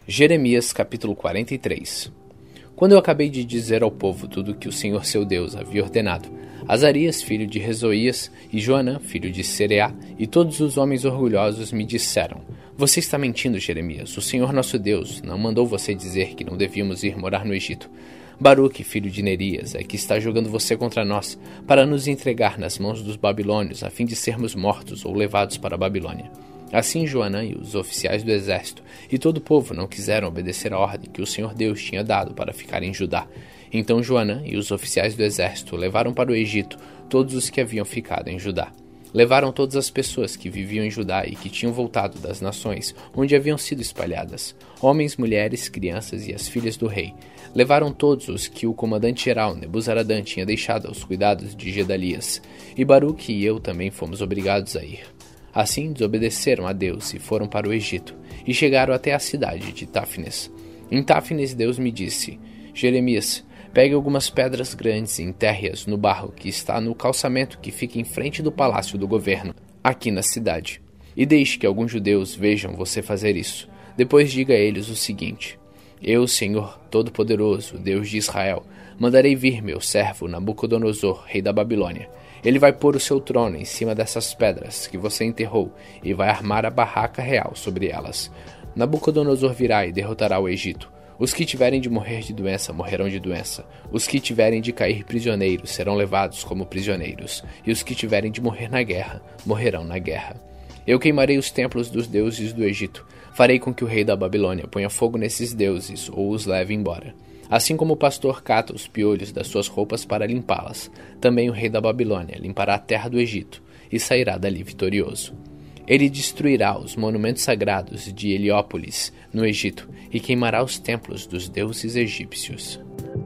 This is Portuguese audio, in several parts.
Jeremias capítulo 43. Quando eu acabei de dizer ao povo tudo o que o Senhor seu Deus havia ordenado, Azarias, filho de Rezoías, e Joanã, filho de Sereá, e todos os homens orgulhosos me disseram: Você está mentindo, Jeremias. O Senhor nosso Deus não mandou você dizer que não devíamos ir morar no Egito. Baruque, filho de Nerias, é que está jogando você contra nós, para nos entregar nas mãos dos babilônios, a fim de sermos mortos ou levados para a Babilônia. Assim Joanã e os oficiais do exército e todo o povo não quiseram obedecer a ordem que o Senhor Deus tinha dado para ficar em Judá. Então Joanã e os oficiais do exército levaram para o Egito todos os que haviam ficado em Judá. Levaram todas as pessoas que viviam em Judá e que tinham voltado das nações onde haviam sido espalhadas, homens, mulheres, crianças e as filhas do rei. Levaram todos os que o comandante-geral Nebuzaradã tinha deixado aos cuidados de Gedalias, e Baruque e eu também fomos obrigados a ir. Assim desobedeceram a Deus e foram para o Egito, e chegaram até a cidade de Táfnis. Em Táfnis Deus me disse: Jeremias, pegue algumas pedras grandes e enterre-as no barro que está no calçamento que fica em frente do palácio do governo, aqui na cidade. E deixe que alguns judeus vejam você fazer isso. Depois diga a eles o seguinte: Eu, Senhor Todo-Poderoso, Deus de Israel, mandarei vir meu servo Nabucodonosor, rei da Babilônia. Ele vai pôr o seu trono em cima dessas pedras que você enterrou e vai armar a barraca real sobre elas. Nabucodonosor virá e derrotará o Egito. Os que tiverem de morrer de doença morrerão de doença. Os que tiverem de cair prisioneiros serão levados como prisioneiros. E os que tiverem de morrer na guerra morrerão na guerra. Eu queimarei os templos dos deuses do Egito. Farei com que o rei da Babilônia ponha fogo nesses deuses ou os leve embora. Assim como o pastor cata os piolhos das suas roupas para limpá-las, também o rei da Babilônia limpará a terra do Egito e sairá dali vitorioso. Ele destruirá os monumentos sagrados de Heliópolis, no Egito, e queimará os templos dos deuses egípcios.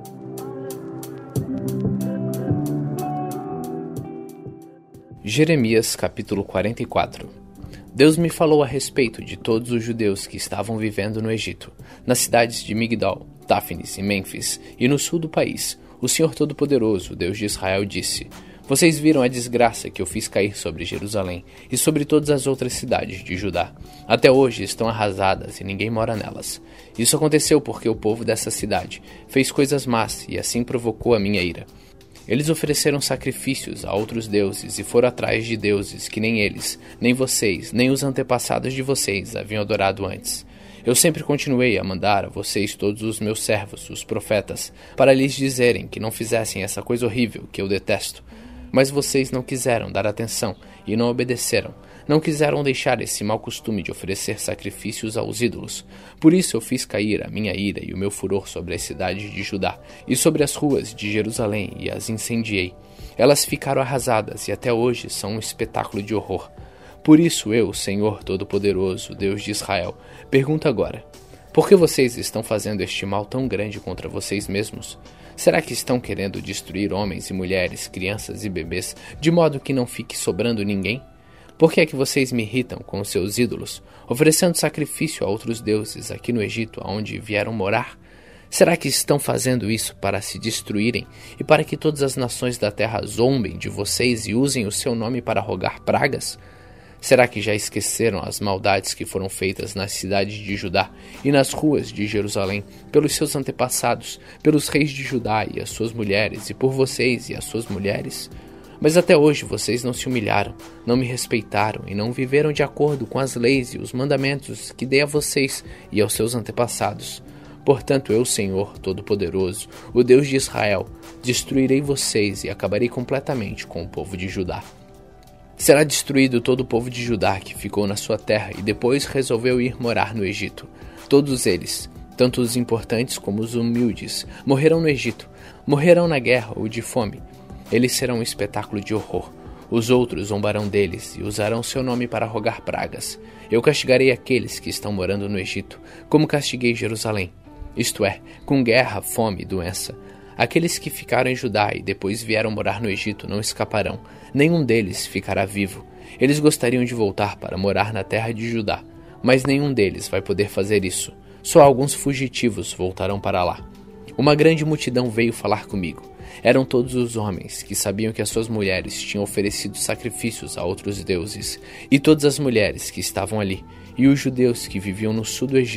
Jeremias capítulo 44. Deus me falou a respeito de todos os judeus que estavam vivendo no Egito, nas cidades de Migdol, Táfnis e Mênfis, e no sul do país. O Senhor Todo-Poderoso, Deus de Israel, disse: Vocês viram a desgraça que eu fiz cair sobre Jerusalém e sobre todas as outras cidades de Judá. Até hoje estão arrasadas e ninguém mora nelas. Isso aconteceu porque o povo dessa cidade fez coisas más e assim provocou a minha ira. Eles ofereceram sacrifícios a outros deuses e foram atrás de deuses que nem eles, nem vocês, nem os antepassados de vocês haviam adorado antes. Eu sempre continuei a mandar a vocês todos os meus servos, os profetas, para lhes dizerem que não fizessem essa coisa horrível que eu detesto. Mas vocês não quiseram dar atenção e não obedeceram. Não quiseram deixar esse mau costume de oferecer sacrifícios aos ídolos. Por isso eu fiz cair a minha ira e o meu furor sobre as cidades de Judá e sobre as ruas de Jerusalém e as incendiei. Elas ficaram arrasadas e até hoje são um espetáculo de horror. Por isso eu, Senhor Todo-Poderoso, Deus de Israel, pergunto agora: por que vocês estão fazendo este mal tão grande contra vocês mesmos? Será que estão querendo destruir homens e mulheres, crianças e bebês, de modo que não fique sobrando ninguém? Por que é que vocês me irritam com os seus ídolos, oferecendo sacrifício a outros deuses aqui no Egito, aonde vieram morar? Será que estão fazendo isso para se destruírem e para que todas as nações da terra zombem de vocês e usem o seu nome para rogar pragas? Será que já esqueceram as maldades que foram feitas nas cidades de Judá e nas ruas de Jerusalém pelos seus antepassados, pelos reis de Judá e as suas mulheres, e por vocês e as suas mulheres? Mas até hoje vocês não se humilharam, não me respeitaram e não viveram de acordo com as leis e os mandamentos que dei a vocês e aos seus antepassados. Portanto, eu, Senhor Todo-Poderoso, o Deus de Israel, destruirei vocês e acabarei completamente com o povo de Judá. Será destruído todo o povo de Judá que ficou na sua terra e depois resolveu ir morar no Egito. Todos eles, tanto os importantes como os humildes, morrerão no Egito, morrerão na guerra ou de fome. Eles serão um espetáculo de horror. Os outros zombarão deles e usarão seu nome para rogar pragas. Eu castigarei aqueles que estão morando no Egito, como castiguei Jerusalém, isto é, com guerra, fome e doença. Aqueles que ficaram em Judá e depois vieram morar no Egito não escaparão. Nenhum deles ficará vivo. Eles gostariam de voltar para morar na terra de Judá, mas nenhum deles vai poder fazer isso. Só alguns fugitivos voltarão para lá. Uma grande multidão veio falar comigo. Eram todos os homens que sabiam que as suas mulheres tinham oferecido sacrifícios a outros deuses, e todas as mulheres que estavam ali, e os judeus que viviam no sul do Egito,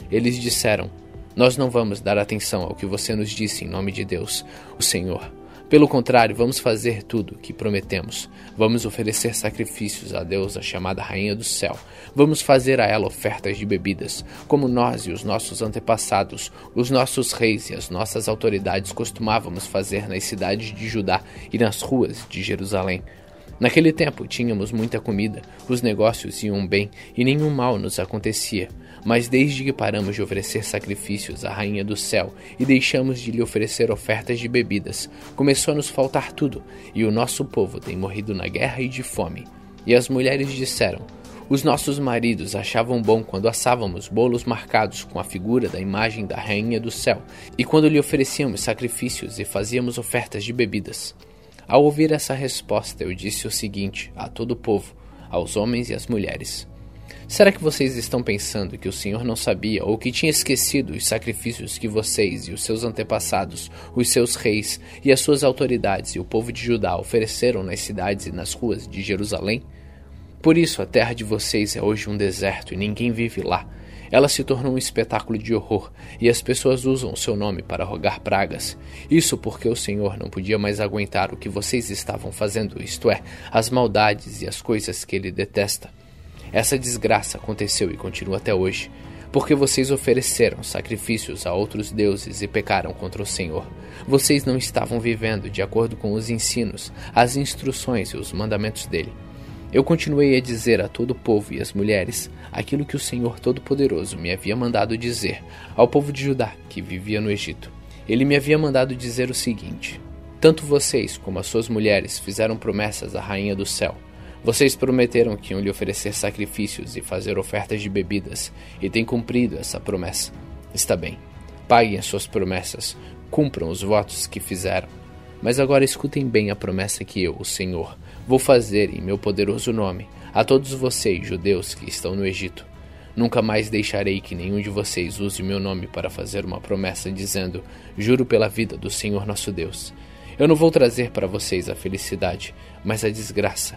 Eles disseram: nós não vamos dar atenção ao que você nos disse em nome de Deus, o Senhor. Pelo contrário, vamos fazer tudo o que prometemos. Vamos oferecer sacrifícios à deusa chamada Rainha do Céu. Vamos fazer a ela ofertas de bebidas, como nós e os nossos antepassados, os nossos reis e as nossas autoridades costumávamos fazer nas cidades de Judá e nas ruas de Jerusalém. Naquele tempo tínhamos muita comida, os negócios iam bem e nenhum mal nos acontecia. Mas desde que paramos de oferecer sacrifícios à Rainha do Céu e deixamos de lhe oferecer ofertas de bebidas, começou a nos faltar tudo, e o nosso povo tem morrido na guerra e de fome. E as mulheres disseram: os nossos maridos achavam bom quando assávamos bolos marcados com a figura da imagem da Rainha do Céu, e quando lhe oferecíamos sacrifícios e fazíamos ofertas de bebidas. Ao ouvir essa resposta, eu disse o seguinte a todo o povo, aos homens e às mulheres: será que vocês estão pensando que o Senhor não sabia ou que tinha esquecido os sacrifícios que vocês e os seus antepassados, os seus reis e as suas autoridades e o povo de Judá ofereceram nas cidades e nas ruas de Jerusalém? Por isso a terra de vocês é hoje um deserto e ninguém vive lá. Ela se tornou um espetáculo de horror, e as pessoas usam o seu nome para rogar pragas. Isso porque o Senhor não podia mais aguentar o que vocês estavam fazendo, isto é, as maldades e as coisas que ele detesta. Essa desgraça aconteceu e continua até hoje, porque vocês ofereceram sacrifícios a outros deuses e pecaram contra o Senhor. Vocês não estavam vivendo de acordo com os ensinos, as instruções e os mandamentos dele. Eu continuei a dizer a todo o povo e às mulheres aquilo que o Senhor Todo-Poderoso me havia mandado dizer ao povo de Judá que vivia no Egito. Ele me havia mandado dizer o seguinte: tanto vocês como as suas mulheres fizeram promessas à Rainha do Céu. Vocês prometeram que iam lhe oferecer sacrifícios e fazer ofertas de bebidas, e têm cumprido essa promessa. Está bem, paguem as suas promessas, cumpram os votos que fizeram. Mas agora escutem bem a promessa que eu, o Senhor, vou fazer em meu poderoso nome a todos vocês, judeus que estão no Egito. Nunca mais deixarei que nenhum de vocês use o meu nome para fazer uma promessa dizendo: juro pela vida do Senhor nosso Deus. Eu não vou trazer para vocês a felicidade, mas a desgraça.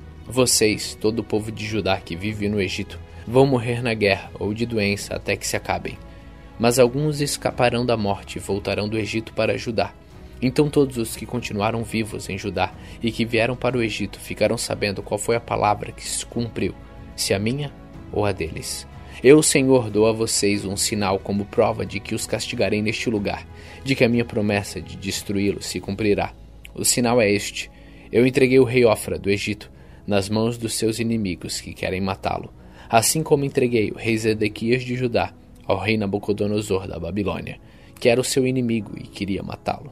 Vocês, todo o povo de Judá que vive no Egito, vão morrer na guerra ou de doença até que se acabem. Mas alguns escaparão da morte e voltarão do Egito para Judá. Então todos os que continuaram vivos em Judá e que vieram para o Egito ficarão sabendo qual foi a palavra que se cumpriu, se a minha ou a deles. Eu, Senhor, dou a vocês um sinal como prova de que os castigarei neste lugar, de que a minha promessa de destruí-los se cumprirá. O sinal é este: eu entreguei o rei Ofra do Egito nas mãos dos seus inimigos que querem matá-lo, assim como entreguei o rei Zedequias de Judá ao rei Nabucodonosor da Babilônia, que era o seu inimigo e queria matá-lo.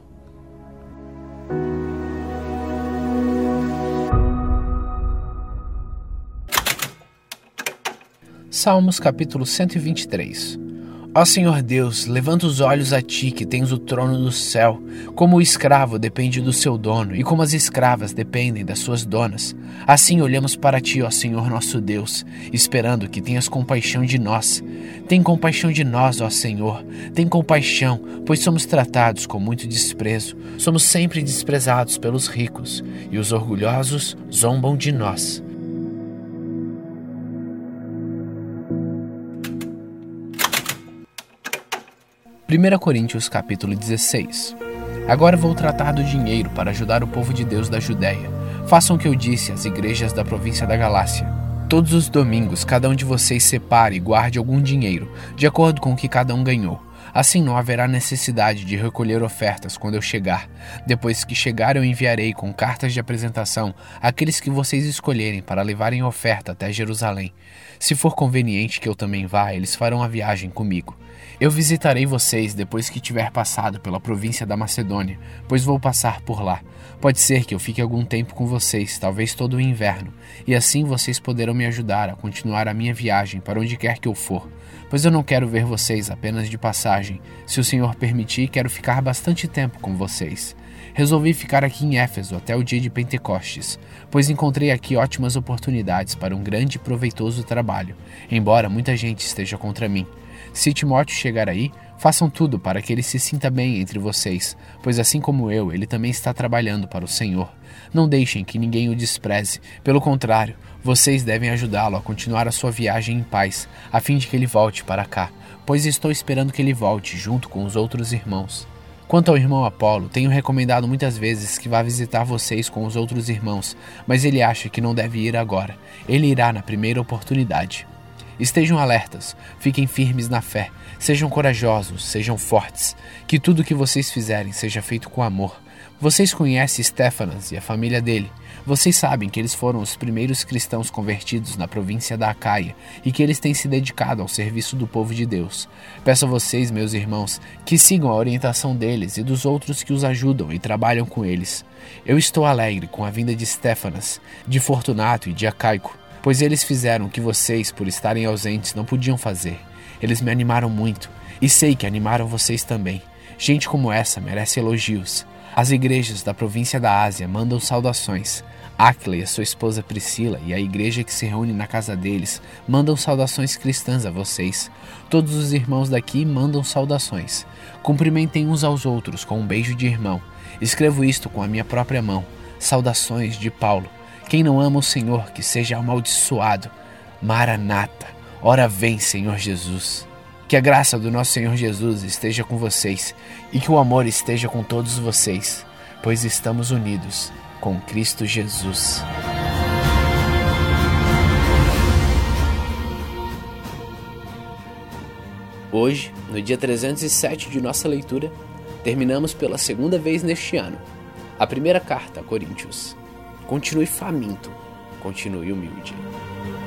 Salmos capítulo 123. Ó Senhor Deus, levanta os olhos a ti que tens o trono do céu. Como o escravo depende do seu dono, e como as escravas dependem das suas donas, assim olhamos para ti, ó Senhor nosso Deus, esperando que tenhas compaixão de nós. Tem compaixão de nós, ó Senhor, tem compaixão, pois somos tratados com muito desprezo. Somos sempre desprezados pelos ricos, e os orgulhosos zombam de nós. Primeira Coríntios capítulo 16. Agora vou tratar do dinheiro para ajudar o povo de Deus da Judéia. Façam o que eu disse às igrejas da província da Galácia. Todos os domingos, cada um de vocês separe e guarde algum dinheiro, de acordo com o que cada um ganhou. Assim não haverá necessidade de recolher ofertas quando eu chegar. Depois que chegar, eu enviarei com cartas de apresentação aqueles que vocês escolherem para levarem oferta até Jerusalém. Se for conveniente que eu também vá, eles farão a viagem comigo. Eu visitarei vocês depois que tiver passado pela província da Macedônia, pois vou passar por lá. Pode ser que eu fique algum tempo com vocês, talvez todo o inverno, e assim vocês poderão me ajudar a continuar a minha viagem para onde quer que eu for, pois eu não quero ver vocês apenas de passagem. Se o Senhor permitir, quero ficar bastante tempo com vocês. Resolvi ficar aqui em Éfeso até o dia de Pentecostes, pois encontrei aqui ótimas oportunidades para um grande e proveitoso trabalho, embora muita gente esteja contra mim. Se Timóteo chegar aí, façam tudo para que ele se sinta bem entre vocês, pois assim como eu, ele também está trabalhando para o Senhor. Não deixem que ninguém o despreze. Pelo contrário, vocês devem ajudá-lo a continuar a sua viagem em paz, a fim de que ele volte para cá, pois estou esperando que ele volte junto com os outros irmãos. Quanto ao irmão Apolo, tenho recomendado muitas vezes que vá visitar vocês com os outros irmãos, mas ele acha que não deve ir agora. Ele irá na primeira oportunidade. Estejam alertas, fiquem firmes na fé, sejam corajosos, sejam fortes, que tudo o que vocês fizerem seja feito com amor. Vocês conhecem Estéfanas e a família dele. Vocês sabem que eles foram os primeiros cristãos convertidos na província da Acaia e que eles têm se dedicado ao serviço do povo de Deus. Peço a vocês, meus irmãos, que sigam a orientação deles e dos outros que os ajudam e trabalham com eles. Eu estou alegre com a vinda de Estéfanas, de Fortunato e de Acaico, pois eles fizeram o que vocês, por estarem ausentes, não podiam fazer. Eles me animaram muito e sei que animaram vocês também. Gente como essa merece elogios. As igrejas da província da Ásia mandam saudações. Áquila e a sua esposa Priscila e a igreja que se reúne na casa deles mandam saudações cristãs a vocês. Todos os irmãos daqui mandam saudações. Cumprimentem uns aos outros com um beijo de irmão. Escrevo isto com a minha própria mão. Saudações de Paulo. Quem não ama o Senhor, que seja amaldiçoado. Maranata. Ora vem, Senhor Jesus. Que a graça do nosso Senhor Jesus esteja com vocês e que o amor esteja com todos vocês, pois estamos unidos com Cristo Jesus. Hoje, no dia 307 de nossa leitura, terminamos pela segunda vez neste ano a primeira carta a Coríntios. Continue faminto, continue humilde.